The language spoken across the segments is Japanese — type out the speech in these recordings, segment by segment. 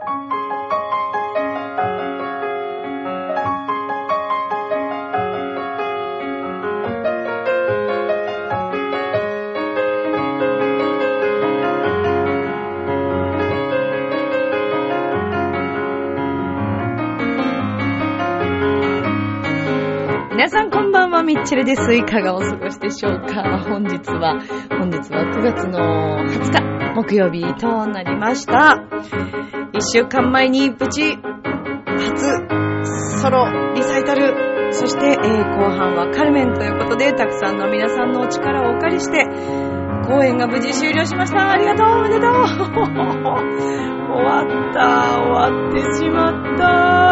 皆さんこんばんは、ミッチェルです。いかがお過ごしでしょうか。本日は9月の20日木曜日となりました。1週間前に無事初ソロリサイタル、そして、後半はカルメンということで、たくさんの皆さんのお力をお借りして公演が無事終了しました。ありがとう、おめでとう終わってしまった。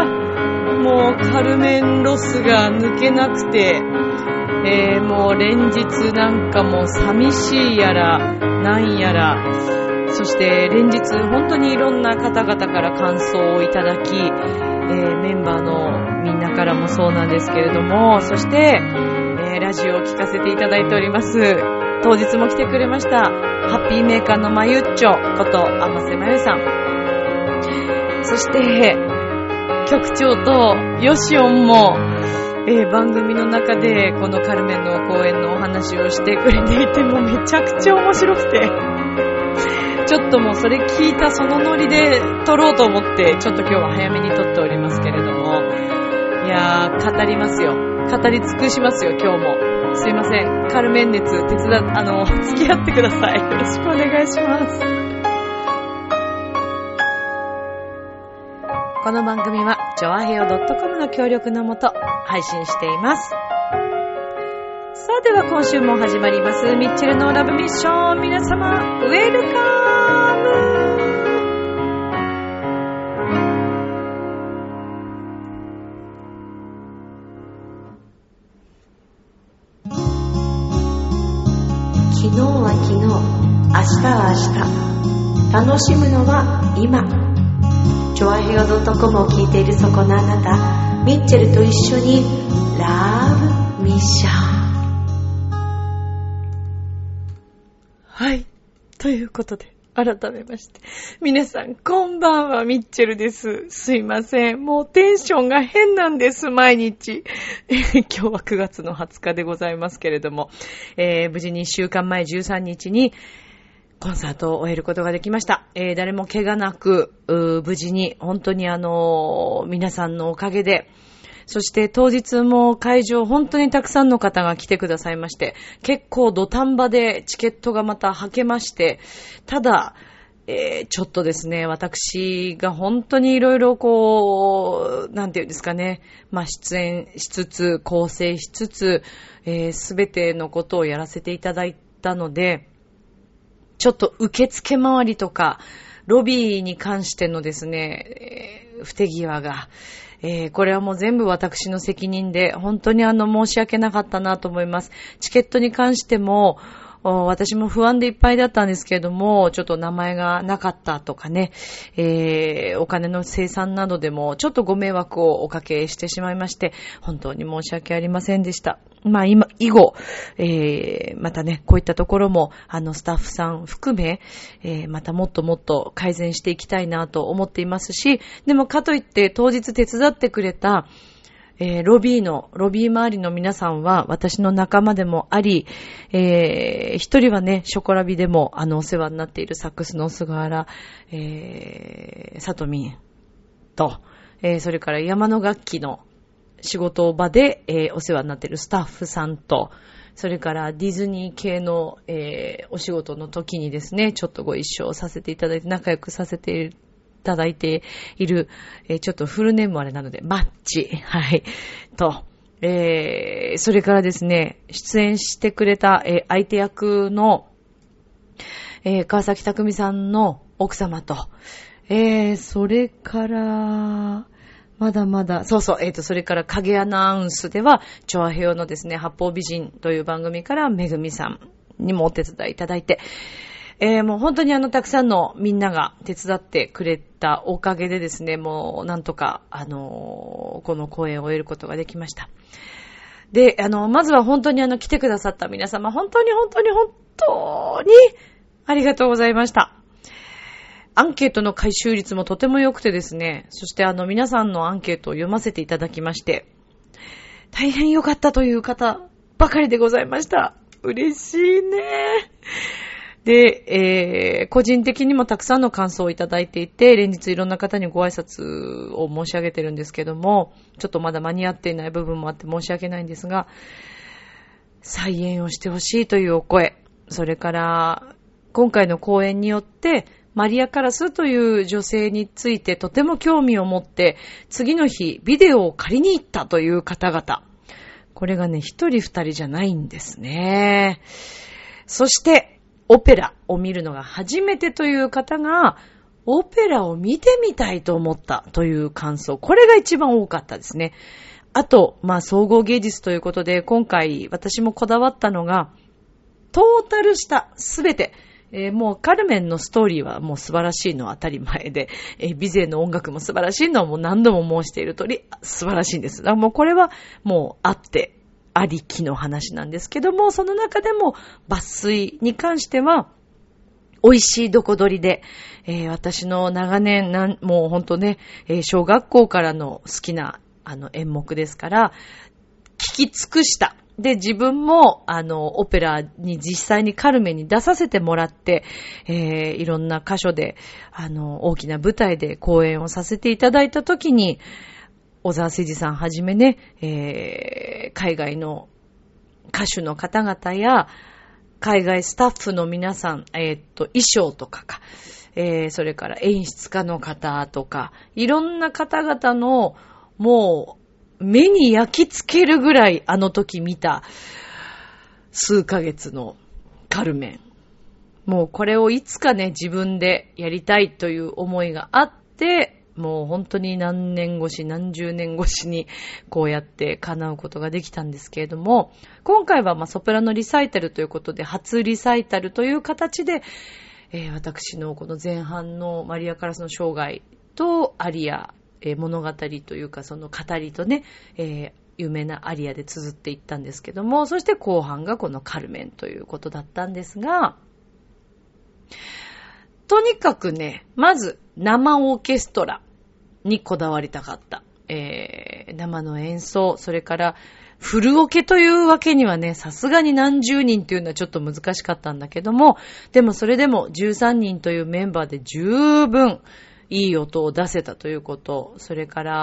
もうカルメンロスが抜けなくて、もう連日なんかもう寂しいやらなんやら、そして連日本当にいろんな方々から感想をいただき、メンバーのみんなからもそうなんですけれども、そして、ラジオを聞かせていただいております。当日も来てくれましたハッピーメーカーのまゆっちょこと甘瀬まゆさん、そして局長とヨシオンも、番組の中でこのカルメンの公演のお話をしてくれていて、もめちゃくちゃ面白くてちょっともうそれ聞いたそのノリで撮ろうと思って、ちょっと今日は早めに撮っておりますけれども、いやー語りますよ、語り尽くしますよ今日も。すいません、カルメン熱付き合ってください。よろしくお願いします。この番組はちょあへよ .com の協力のもと配信しています。さあでは今週も始まりますミッチェルのラブミッション、皆様ウェルカム。 昨日は昨日、明日は明日、楽しむのは今。チョアヘヨ .com を聞いているそこのあなた、ミッチェルと一緒にラブミッション。 はい、ということで改めまして皆さんこんばんは、ミッチェルです。すいません、もうテンションが変なんです毎日今日は9月の20日でございますけれども、無事に1週間前13日にコンサートを終えることができました。誰も怪我なく無事に、本当に皆さんのおかげで、そして当日も会場本当にたくさんの方が来てくださいまして、結構土壇場でチケットがまたはけまして、ただ、ちょっとですね、私が本当にいろいろなんていうんですかね、出演しつつ構成しつつ、すべてのことをやらせていただいたので、ちょっと受付周りとかロビーに関してのですね、不手際が、これはもう全部私の責任で、本当に申し訳なかったなと思います。チケットに関しても私も不安でいっぱいだったんですけれども、ちょっと名前がなかったとかね、お金の生産などでもちょっとご迷惑をおかけしてしまいまして、本当に申し訳ありませんでした。以後、またね、こういったところもスタッフさん含め、またもっともっと改善していきたいなと思っていますし、でもかといって当日手伝ってくれたロビー周りの皆さんは私の仲間でもあり、一人はね、ショコラビでもお世話になっているサックスの菅原、さとみんと、それから山の楽器の仕事場で、お世話になっているスタッフさんと、それからディズニー系の、お仕事の時にですね、ちょっとご一緒させていただいて、仲良くさせていただいている、ちょっとフルネームあれなので、マッチ、はい、と、それからですね、出演してくれた、相手役の、川崎匠さんの奥様と、それから、まだまだ、そう、それから影アナウンスでは、チョアヘヨのですね、八方美人という番組からめぐみさんにもお手伝いいただいて、もう本当にたくさんのみんなが手伝ってくれたおかげでですね、もうなんとか、この公演を終えることができました。で、まずは本当に来てくださった皆様、本当にありがとうございました。 アンケートの回収率もとても良くてですね、そして皆さんのアンケートを読ませていただきまして、大変良かったという方ばかりでございました。嬉しいね。で、個人的にもたくさんの感想をいただいていて、連日いろんな方にご挨拶を申し上げてるんですけども、ちょっとまだ間に合っていない部分もあって申し訳ないんですが、再演をしてほしいというお声、それから今回の講演によってマリア・カラスという女性についてとても興味を持って、次の日ビデオを借りに行ったという方々、これがね、一人二人じゃないんですね。そしてオペラを見るのが初めてという方が、オペラを見てみたいと思ったという感想。これが一番多かったですね。あと、総合芸術ということで、今回私もこだわったのが、トータルしたすべて、もうカルメンのストーリーはもう素晴らしいのは当たり前で、ビゼの音楽も素晴らしいのはもう何度も申している通り素晴らしいんです。だからもうこれはもうあってありきの話なんですけども、その中でも抜粋に関しては美味しいどこ取りで、私の長年もうほんとね、小学校からの好きな演目ですから聞き尽くした。で、自分もオペラに実際にカルメンに出させてもらって、いろんな箇所で大きな舞台で公演をさせていただいたときに、小沢誠二さんはじめね、海外の歌手の方々や海外スタッフの皆さん、衣装とかそれから演出家の方とか、いろんな方々のもう目に焼き付けるぐらい時見た数ヶ月のカルメン。もうこれをいつかね、自分でやりたいという思いがあって、もう本当に何年越し何十年越しにこうやって叶うことができたんですけれども、今回はソプラノリサイタルということで、初リサイタルという形で、私のこの前半のマリア・カラスの生涯とアリア、物語というかその語りとね、有名なアリアで綴っていったんですけども、そして後半がこのカルメンということだったんですが、とにかくね、まず生オーケストラにこだわりたかった。生の演奏、それからフルオケというわけにはね、さすがに何十人っていうのはちょっと難しかったんだけども、でもそれでも13人というメンバーで十分いい音を出せたということ、それから、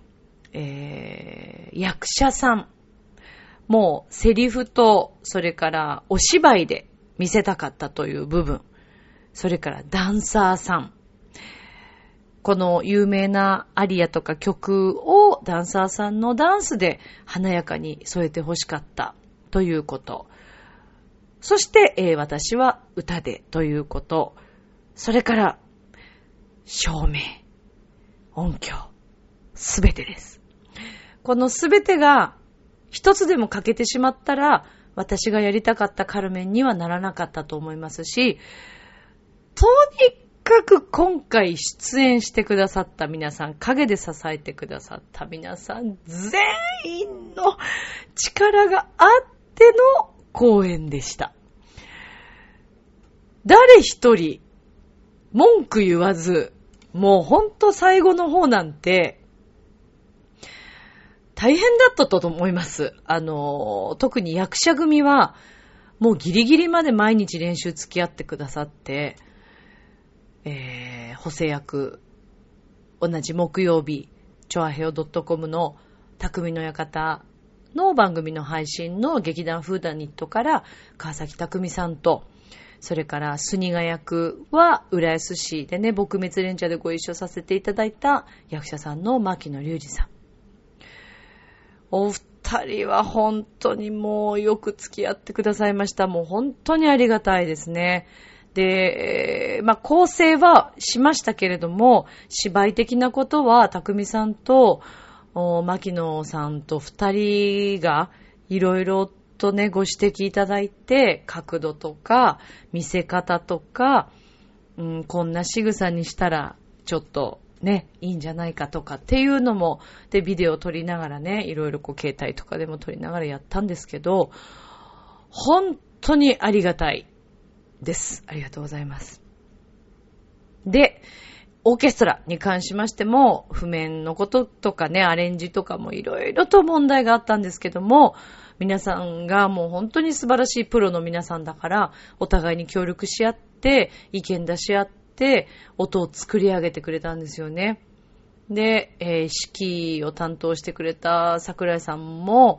役者さん、もうセリフと、それからお芝居で見せたかったという部分、それからダンサーさん。この有名なアリアとか曲をダンサーさんのダンスで華やかに添えてほしかったということ。そして、私は歌でということ。それから照明、音響、すべてです。このすべてが一つでも欠けてしまったら、私がやりたかったカルメンにはならなかったと思いますし、とにかく今回出演してくださった皆さん、陰で支えてくださった皆さん、全員の力があっての公演でした。誰一人文句言わず、もうほんと最後の方なんて大変だったと思います。特に役者組はもうギリギリまで毎日練習付き合ってくださって、補正役、同じ木曜日、チョアヘオ .com の匠の館の番組の配信の劇団フーダニットから川崎匠さんと、それからスニガ役は浦安市でね、撲滅連茶でご一緒させていただいた役者さんの牧野隆二さん。お二人は本当にもうよく付き合ってくださいました。もう本当にありがたいですね。で、構成はしましたけれども、芝居的なことは匠さんと牧野さんと二人がいろいろとね、ご指摘いただいて、角度とか見せ方とか、こんな仕草にしたらちょっとね、いいんじゃないかとかっていうのも、でビデオを撮りながらね、いろいろ携帯とかでも撮りながらやったんですけど、本当にありがたいです。ありがとうございます。 で、オーケストラに関しましても、譜面のこととかね、アレンジとかもいろいろと問題があったんですけども、皆さんがもう本当に素晴らしいプロの皆さんだから、お互いに協力し合って、意見出し合って、音を作り上げてくれたんですよね。で、指揮を担当してくれた桜井さんも、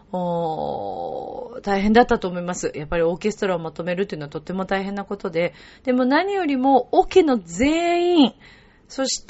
大変だったと思います。やっぱりオーケストラをまとめるというのはとっても大変なことで、でも何よりもオケの全員、そして、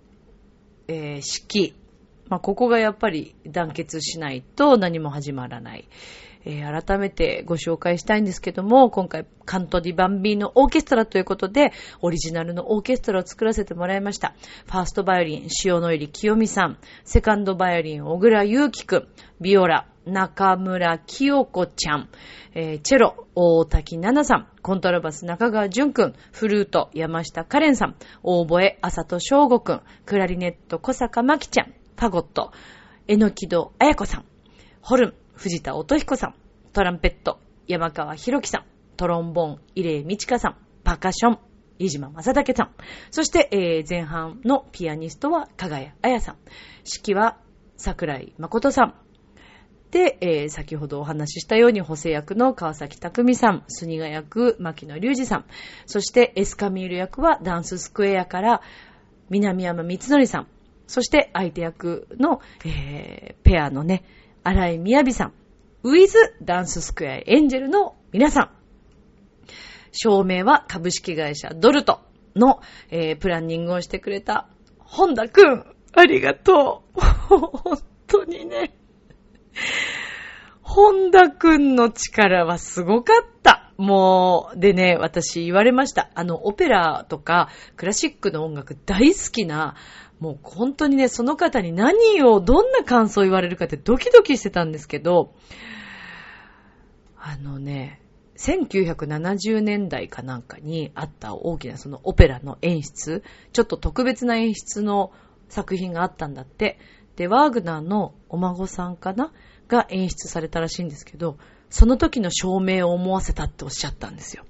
指揮、ここがやっぱり団結しないと何も始まらない。改めてご紹介したいんですけども、今回カントディバンビーノオーケストラということで、オリジナルのオーケストラを作らせてもらいました。ファーストバイオリン、塩野入清美さん、セカンドバイオリン、小倉祐樹くん、ビオラ、中村清子ちゃん、チェロ、大滝奈々さん、コントラバス、中川淳くん、フルート、山下カレンさん、オーボエ、浅戸翔吾くん、クラリネット、小坂真希ちゃん、ファゴット、榎木戸彩子さん、ホルン、藤田音彦さん、トランペット、山川博樹さん、トロンボーン、伊礼美智香さん、パーカッション、飯島正武さん、そして、前半のピアニストは加賀谷彩さん、指揮は桜井誠さん、で、先ほどお話ししたように補正役の川崎匠さん、スニガ役牧野隆二さん、そしてエスカミール役はダンススクエアから南山光則さん、そして相手役の、ペアのね、新井みやびさん、ウィズダンススクエアエンジェルの皆さん。照明は株式会社ドルトの、プランニングをしてくれた本田くん。ありがとう。本当にね。本田くんの力はすごかった。もう、でね、私言われました。オペラとかクラシックの音楽大好きな、もう本当にね、その方にどんな感想を言われるかってドキドキしてたんですけど、1970年代かなんかにあった大きなそのオペラの演出、ちょっと特別な演出の作品があったんだって。で、ワーグナーのお孫さんかなが演出されたらしいんですけど、その時の照明を思わせたっておっしゃったんですよ。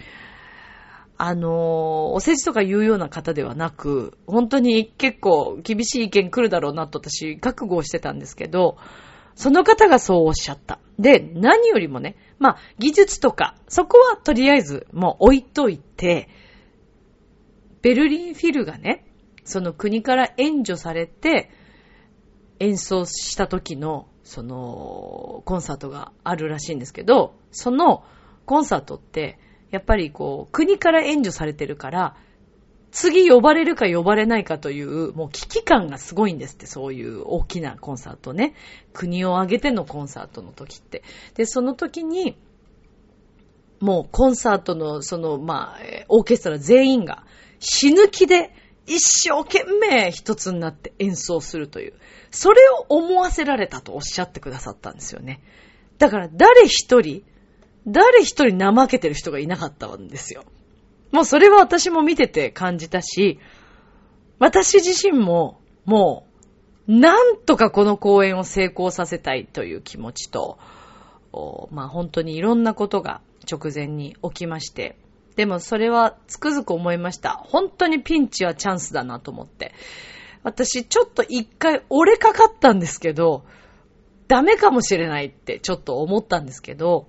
お世辞とか言うような方ではなく、本当に結構厳しい意見来るだろうなと私覚悟をしてたんですけど、その方がそうおっしゃった。で、何よりもね、技術とか、そこはとりあえずもう置いといて、ベルリンフィルがね、その国から援助されて演奏した時のそのコンサートがあるらしいんですけど、そのコンサートってやっぱり国から援助されてるから、次呼ばれるか呼ばれないかという、もう危機感がすごいんですって、そういう大きなコンサートね。国を挙げてのコンサートの時って。で、その時に、もうコンサートのオーケストラ全員が死ぬ気で一生懸命一つになって演奏するという、それを思わせられたとおっしゃってくださったんですよね。だから誰一人怠けてる人がいなかったんですよ。もうそれは私も見てて感じたし、私自身ももうなんとかこの公演を成功させたいという気持ちと、本当にいろんなことが直前に起きまして、でもそれはつくづく思いました。本当にピンチはチャンスだなと思って。私ちょっと一回折れかかったんですけど、ダメかもしれないってちょっと思ったんですけど、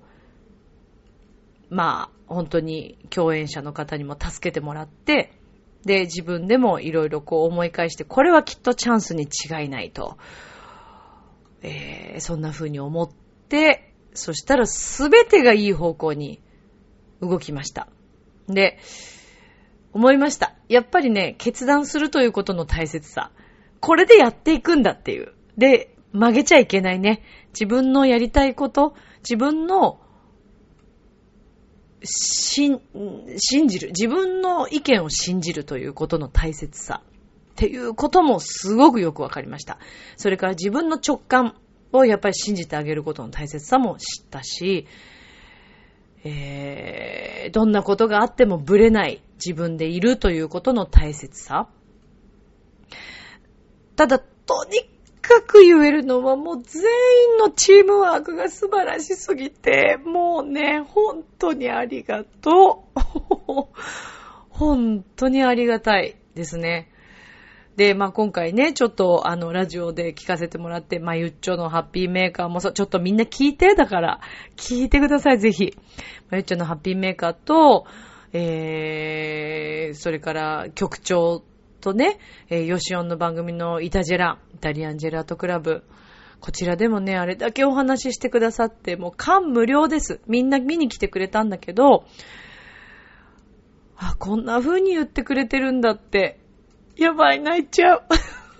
本当に共演者の方にも助けてもらって、で、自分でもいろいろ思い返して、これはきっとチャンスに違いないと、そんな風に思って、そしたらすべてがいい方向に動きました。で、思いました。やっぱりね、決断するということの大切さ。これでやっていくんだっていう。で、曲げちゃいけないね。自分のやりたいこと、自分の信じる。自分の意見を信じるということの大切さ。っていうこともすごくよくわかりました。それから自分の直感をやっぱり信じてあげることの大切さも知ったし、どんなことがあってもブレない自分でいるということの大切さ。ただ、とにかく言えるのはもう全員のチームワークが素晴らしすぎて、もうね、本当にありがとう。 本当にありがたいですね。で、今回ね、ちょっとラジオで聞かせてもらって、ゆっちょのハッピーメーカーもちょっとみんな聞いて、だから、聞いてください、ぜひ。ゆっちょのハッピーメーカーと、それから局長とね、ヨシオンの番組のイタリアンジェラートクラブ。こちらでもね、あれだけお話ししてくださって、もう感無量です。みんな見に来てくれたんだけど、こんな風に言ってくれてるんだって。やばい、泣いちゃう。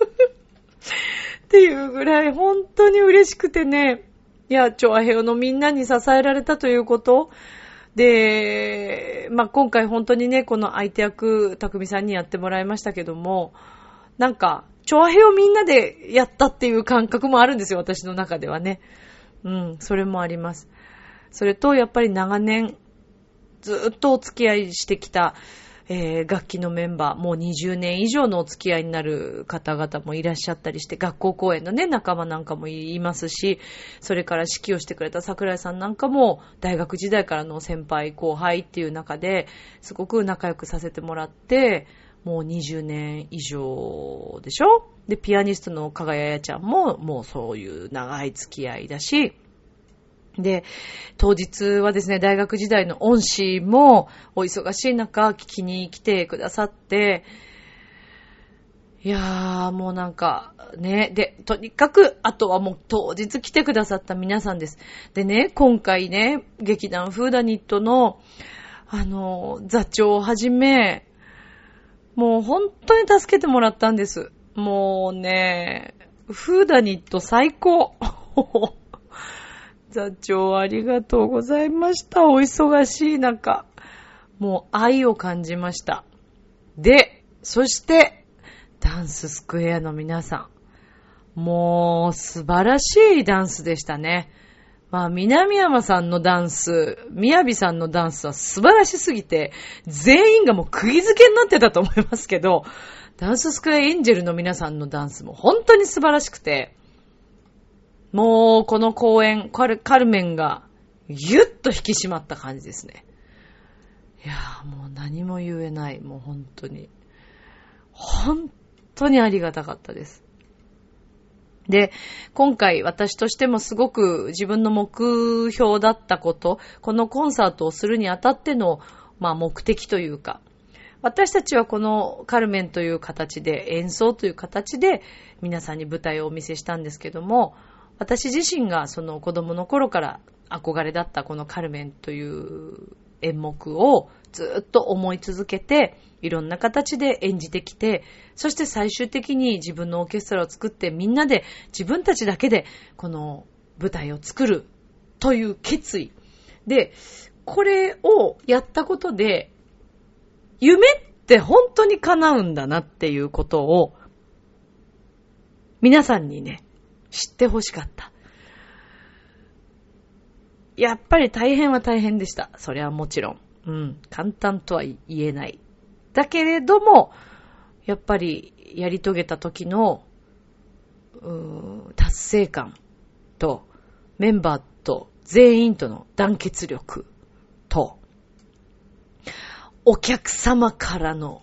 っていうぐらい本当に嬉しくてね。いや、チョアヘヨのみんなに支えられたということ。で、今回本当にね、この相手役、たくみさんにやってもらいましたけども、なんか、チョアヘヨみんなでやったっていう感覚もあるんですよ、私の中ではね。それもあります。それと、やっぱり長年、ずっとお付き合いしてきた、楽器のメンバー、もう20年以上のお付き合いになる方々もいらっしゃったりして、学校公演のね、仲間なんかもいますし、それから指揮をしてくれた桜井さんなんかも、大学時代からの先輩後輩っていう中で、すごく仲良くさせてもらって、もう20年以上でしょ？で、ピアニストの加賀谷彩ちゃんも、もうそういう長い付き合いだし、で、当日はですね、大学時代の恩師もお忙しい中聞きに来てくださって、いやーもうなんかね、で、とにかくあとはもう当日来てくださった皆さんです。でね、今回ね、劇団フーダニットの座長をはじめ、もう本当に助けてもらったんです。もうね、フーダニット最高。座長ありがとうございました。お忙しい中。もう愛を感じました。で、そして、ダンススクエアの皆さん。もう素晴らしいダンスでしたね。南山さんのダンス、みやびさんのダンスは素晴らしすぎて、全員がもう釘付けになってたと思いますけど、ダンススクエアエンジェルの皆さんのダンスも本当に素晴らしくて、もうこの公演、カルメンがギュッと引き締まった感じですね。いやーもう何も言えない。もう本当にありがたかったです。で、今回私としてもすごく自分の目標だったこと、このコンサートをするにあたっての、目的というか、私たちはこのカルメンという形で、演奏という形で皆さんに舞台をお見せしたんですけども、私自身がその子供の頃から憧れだったこのカルメンという演目をずっと思い続けて、いろんな形で演じてきて、そして最終的に自分のオーケストラを作ってみんなで自分たちだけでこの舞台を作るという決意で、これをやったことで夢って本当に叶うんだなっていうことを皆さんにね、知ってほしかった。やっぱり大変は大変でした。それはもちろん。簡単とは言えない。だけれども、やっぱりやり遂げた時の達成感とメンバーと全員との団結力とお客様からの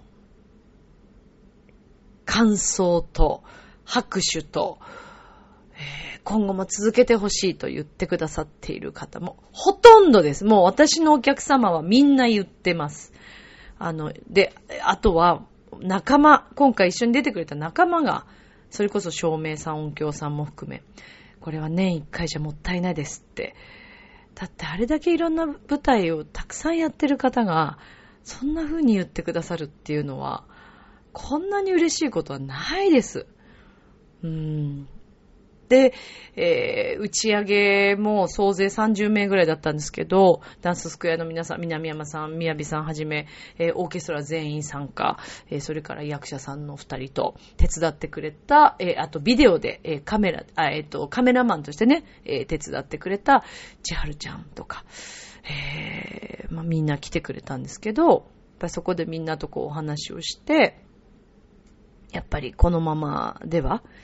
感想と拍手と今後も続けてほしいと言ってくださっている方もほとんどです。もう私のお客様はみんな言ってます。で、あとは仲間、今回一緒に出てくれた仲間が、それこそ照明さん、音響さんも含め、これは年1回じゃもったいないですって。だってあれだけいろんな舞台をたくさんやってる方が、そんな風に言ってくださるっていうのは、こんなに嬉しいことはないです。で、打ち上げも総勢30名ぐらいだったんですけど、ダンススクエアの皆さん、南山さん、みやびさんはじめ、オーケストラ全員参加、それから役者さんの2人と手伝ってくれた、あとビデオで、カメラマンとしてね、手伝ってくれた千春ちゃんとか、みんな来てくれたんですけど、やっぱりそこでみんなとこうお話をして、やっぱりこのままでは、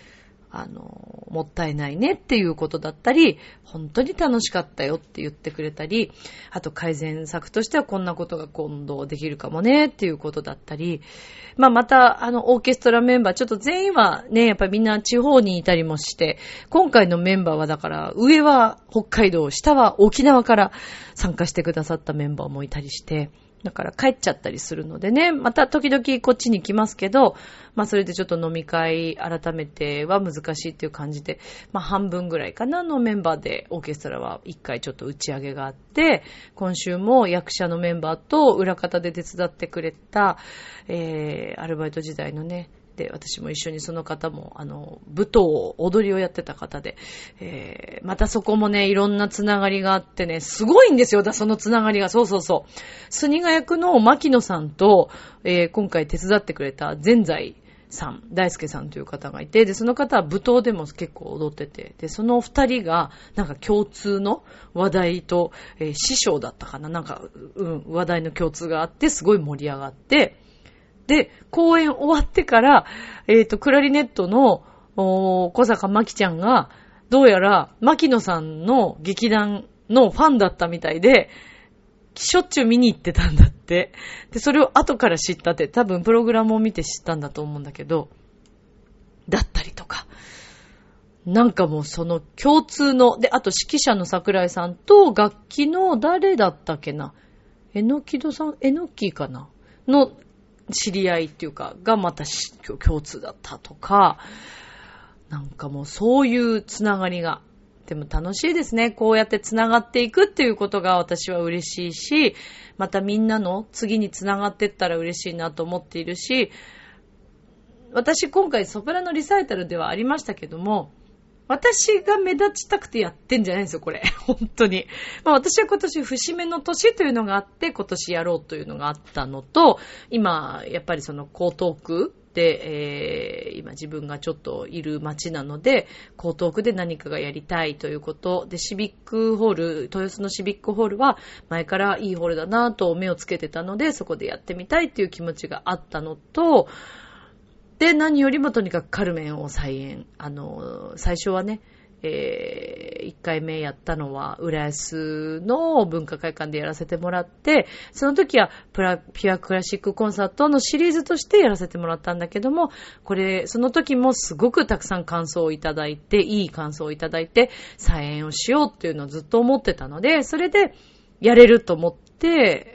もったいないねっていうことだったり、本当に楽しかったよって言ってくれたり、あと改善策としてはこんなことが今度できるかもねっていうことだったり、またオーケストラメンバー、ちょっと全員はね、やっぱりみんな地方にいたりもして、今回のメンバーはだから上は北海道、下は沖縄から参加してくださったメンバーもいたりして、だから帰っちゃったりするのでね、また時々こっちに来ますけど、それでちょっと飲み会改めては難しいっていう感じで、半分ぐらいかなのメンバーでオーケストラは一回ちょっと打ち上げがあって、今週も役者のメンバーと裏方で手伝ってくれた、アルバイト時代のね、で、私も一緒にその方も、舞踏、踊りをやってた方で、またそこもね、いろんなつながりがあってね、すごいんですよ、そのつながりが。そう。スニガ役の牧野さんと、今回手伝ってくれた全財さん、大輔さんという方がいて、で、その方は舞踏でも結構踊ってて、で、その二人が、共通の話題と、師匠だったかな、話題の共通があって、すごい盛り上がって、で、公演終わってから、クラリネットの、小坂真希ちゃんが、どうやら、牧野さんの劇団のファンだったみたいで、しょっちゅう見に行ってたんだって。で、それを後から知ったって、多分プログラムを見て知ったんだと思うんだけど、だったりとか。もうその共通の、で、あと指揮者の桜井さんと楽器の誰だったっけな、えのきどさん、えのきかなの、知り合いっていうか、がまた共通だったとか、もうそういうつながりが、でも楽しいですね。こうやってつながっていくっていうことが私は嬉しいし、またみんなの次につながっていったら嬉しいなと思っているし、私今回ソプラノリサイタルではありましたけども、私が目立ちたくてやってんじゃないんですよ、これ。本当に。私は今年節目の年というのがあって、今年やろうというのがあったのと、今、やっぱりその江東区で、今自分がちょっといる街なので、江東区で何かがやりたいということ。で、シビックホール、豊洲のシビックホールは前からいいホールだなと目をつけてたので、そこでやってみたいっていう気持ちがあったのと、で、何よりもとにかくカルメンを再演。最初はね、1回目やったのは、浦安の文化会館でやらせてもらって、その時はピュアクラシックコンサートのシリーズとしてやらせてもらったんだけども、その時もすごくたくさん感想をいただいて、いい感想をいただいて、再演をしようっていうのをずっと思ってたので、それでやれると思って、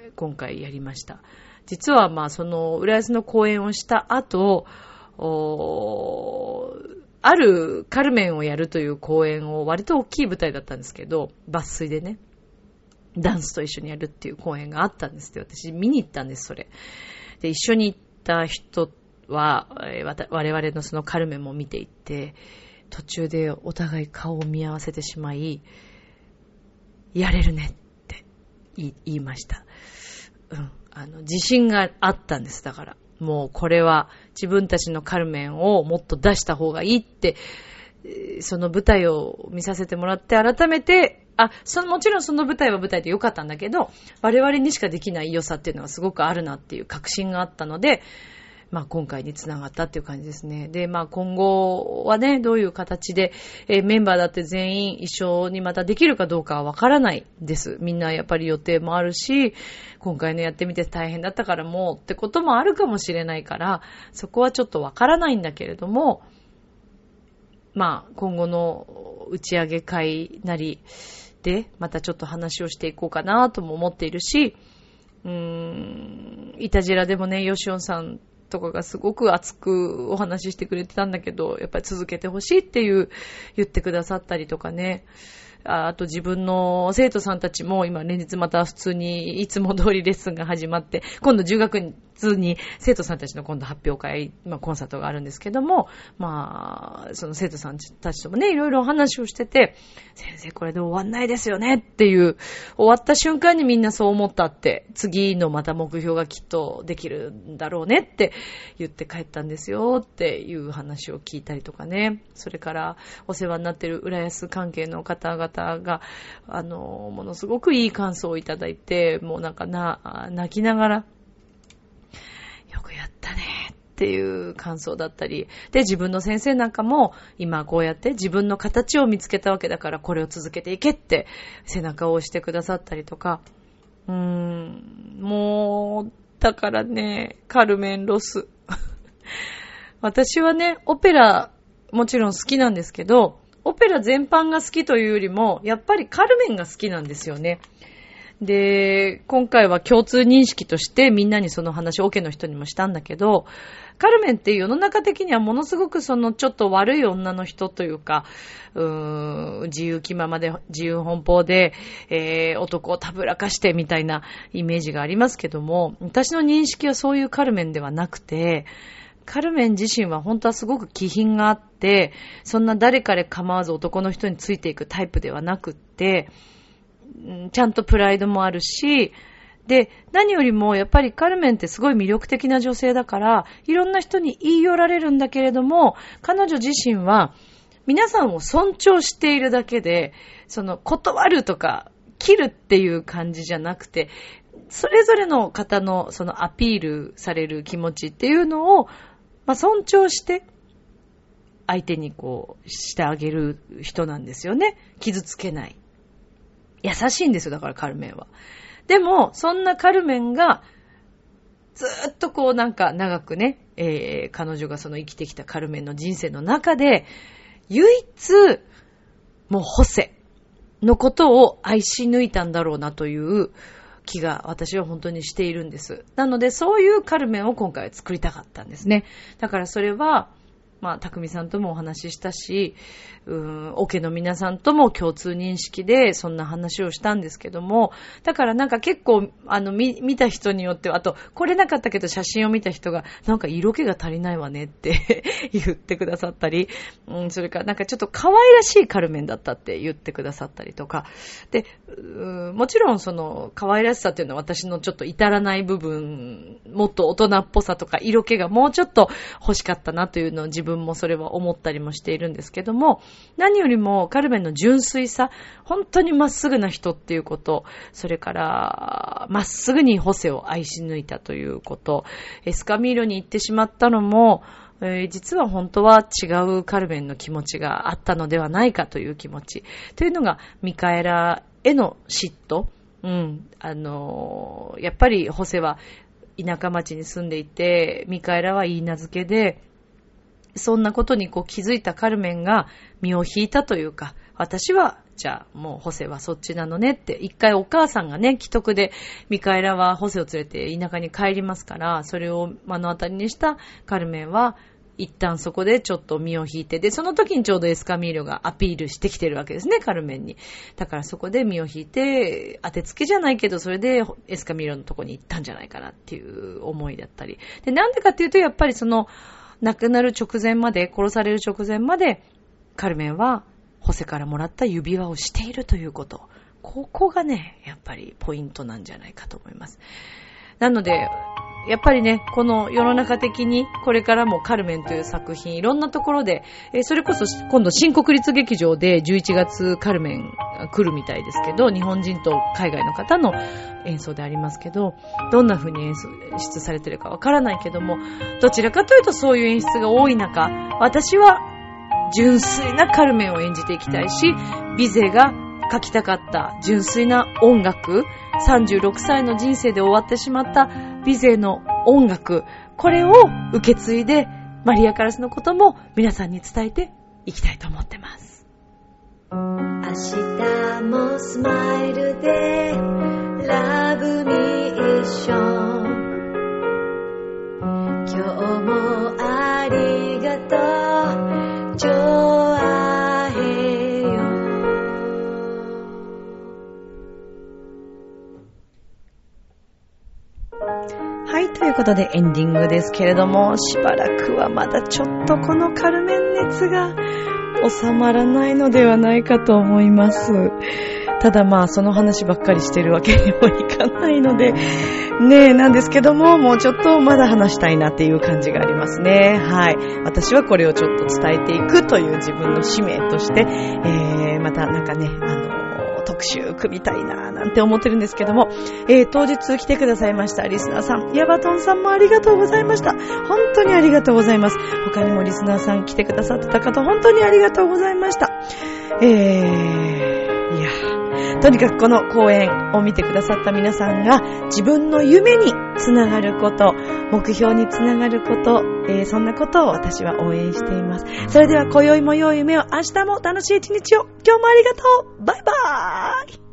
今回やりました。実はその浦安の公演をした後、あるカルメンをやるという公演を割と大きい舞台だったんですけど、抜粋でね、ダンスと一緒にやるっていう公演があったんですって、私見に行ったんです、それ。で、一緒に行った人は、我々のそのカルメンも見ていって、途中でお互い顔を見合わせてしまい、やれるねって言いました。自信があったんです、だから。もうこれは自分たちのカルメンをもっと出した方がいいって、その舞台を見させてもらって改めて、もちろんその舞台は舞台で良かったんだけど、我々にしかできない良さっていうのはすごくあるなっていう確信があったので、今回につながったっていう感じですね。で、今後はね、どういう形で、メンバーだって全員一緒にまたできるかどうかはわからないです。みんなやっぱり予定もあるし、今回のやってみて大変だったからもうってこともあるかもしれないから、そこはちょっとわからないんだけれども、今後の打ち上げ会なりで、またちょっと話をしていこうかなとも思っているし、イタジラでもね、ヨシオンさんとかがすごく熱くお話ししてくれてたんだけど、やっぱり続けてほしいって言ってくださったりとかね。あと自分の生徒さんたちも今連日また普通にいつも通りレッスンが始まって、今度10月に生徒さんたちの今度発表会、コンサートがあるんですけども、その生徒さんたちともね、いろいろお話をしてて、先生これで終わんないですよねっていう、終わった瞬間にみんなそう思ったって、次のまた目標がきっとできるんだろうねって言って帰ったんですよっていう話を聞いたりとかね。それからお世話になっている浦安関係の方々が、ものすごくいい感想をいただいて、もう泣きながら、よくやったねっっていう感想だったり、で、自分の先生なんかも今こうやって自分の形を見つけたわけだからこれを続けていけって背中を押してくださったりとか、もう、だからね、カルメンロス。私はね、オペラもちろん好きなんですけど、オペラ全般が好きというよりも、やっぱりカルメンが好きなんですよね。で、今回は共通認識としてみんなにその話、オケの人にもしたんだけど、カルメンって世の中的にはものすごくちょっと悪い女の人というか、自由気ままで自由奔放で、男をたぶらかしてみたいなイメージがありますけども、私の認識はそういうカルメンではなくて、カルメン自身は本当はすごく気品があって、そんな誰彼構わず男の人についていくタイプではなくって、ちゃんとプライドもあるし、で、何よりもやっぱりカルメンってすごい魅力的な女性だから、いろんな人に言い寄られるんだけれども、彼女自身は皆さんを尊重しているだけで、断るとか切るっていう感じじゃなくて、それぞれの方のアピールされる気持ちっていうのを、尊重して相手にしてあげる人なんですよね。傷つけない。優しいんですよ、だからカルメンは。でも、そんなカルメンが、ずーっと長くね、彼女が生きてきたカルメンの人生の中で、唯一、もうホセのことを愛し抜いたんだろうなという気が私は本当にしているんです。なので、そういうカルメンを今回は作りたかったんですね。だからそれは、匠さんともお話ししたし、オケの皆さんとも共通認識でそんな話をしたんですけども、だから結構見た人によっては、あとこれなかったけど写真を見た人が色気が足りないわねって言ってくださったり、それからちょっと可愛らしいカルメンだったって言ってくださったりとかで、もちろん可愛らしさっていうのは私のちょっと至らない部分、もっと大人っぽさとか色気がもうちょっと欲しかったなというのを自分もそれは思ったりもしているんですけども、何よりもカルメンの純粋さ、本当にまっすぐな人っていうこと、それからまっすぐにホセを愛し抜いたということ、エスカミーロに行ってしまったのも、実は本当は違うカルメンの気持ちがあったのではないかという気持ちというのがミカエラへの嫉妬。やっぱりホセは田舎町に住んでいて、ミカエラは言い名付けで、そんなことに気づいたカルメンが身を引いたというか、私はじゃあもうホセはそっちなのねって、一回お母さんがね、危篤でミカエラはホセを連れて田舎に帰りますから、それを目の当たりにしたカルメンは一旦そこでちょっと身を引いて、でその時にちょうどエスカミーリョがアピールしてきてるわけですね、カルメンに。だからそこで身を引いて、当てつけじゃないけどそれでエスカミーリョのとこに行ったんじゃないかなっていう思いだったりで、なんでかっていうと、やっぱり亡くなる直前まで、殺される直前までカルメンはホセからもらった指輪をしているということ、ここがねやっぱりポイントなんじゃないかと思います。なのでやっぱりね、この世の中的にこれからもカルメンという作品いろんなところで、それこそ今度新国立劇場で11月カルメン来るみたいですけど、日本人と海外の方の演奏でありますけど、どんな風に演出されてるかわからないけども、どちらかというとそういう演出が多い中、私は純粋なカルメンを演じていきたいし、ビゼが書きたかった純粋な音楽、36歳の人生で終わってしまったビゼの音楽、これを受け継いでマリア・カラスのことも皆さんに伝えていきたいと思ってます。 明日もスマイルでラブミッション、今日もありがとうジョアヘヨ。 はい、ということでエンディングですけれども、しばらくはまだちょっとこのカルメン熱が収まらないのではないかと思います。ただその話ばっかりしてるわけにもいかないのでねえなんですけども、もうちょっとまだ話したいなっていう感じがありますね。はい、私はこれをちょっと伝えていくという自分の使命として、また特集組みたいななんて思ってるんですけども、当日来てくださいましたリスナーさん、ヤバトンさんもありがとうございました。本当にありがとうございます。他にもリスナーさん来てくださってた方、本当にありがとうございました。いや、とにかくこの講演を見てくださった皆さんが自分の夢につながること、目標につながること、そんなことを私は応援しています。それでは今宵も良い夢を、明日も楽しい一日を。今日もありがとう。バイバーイ。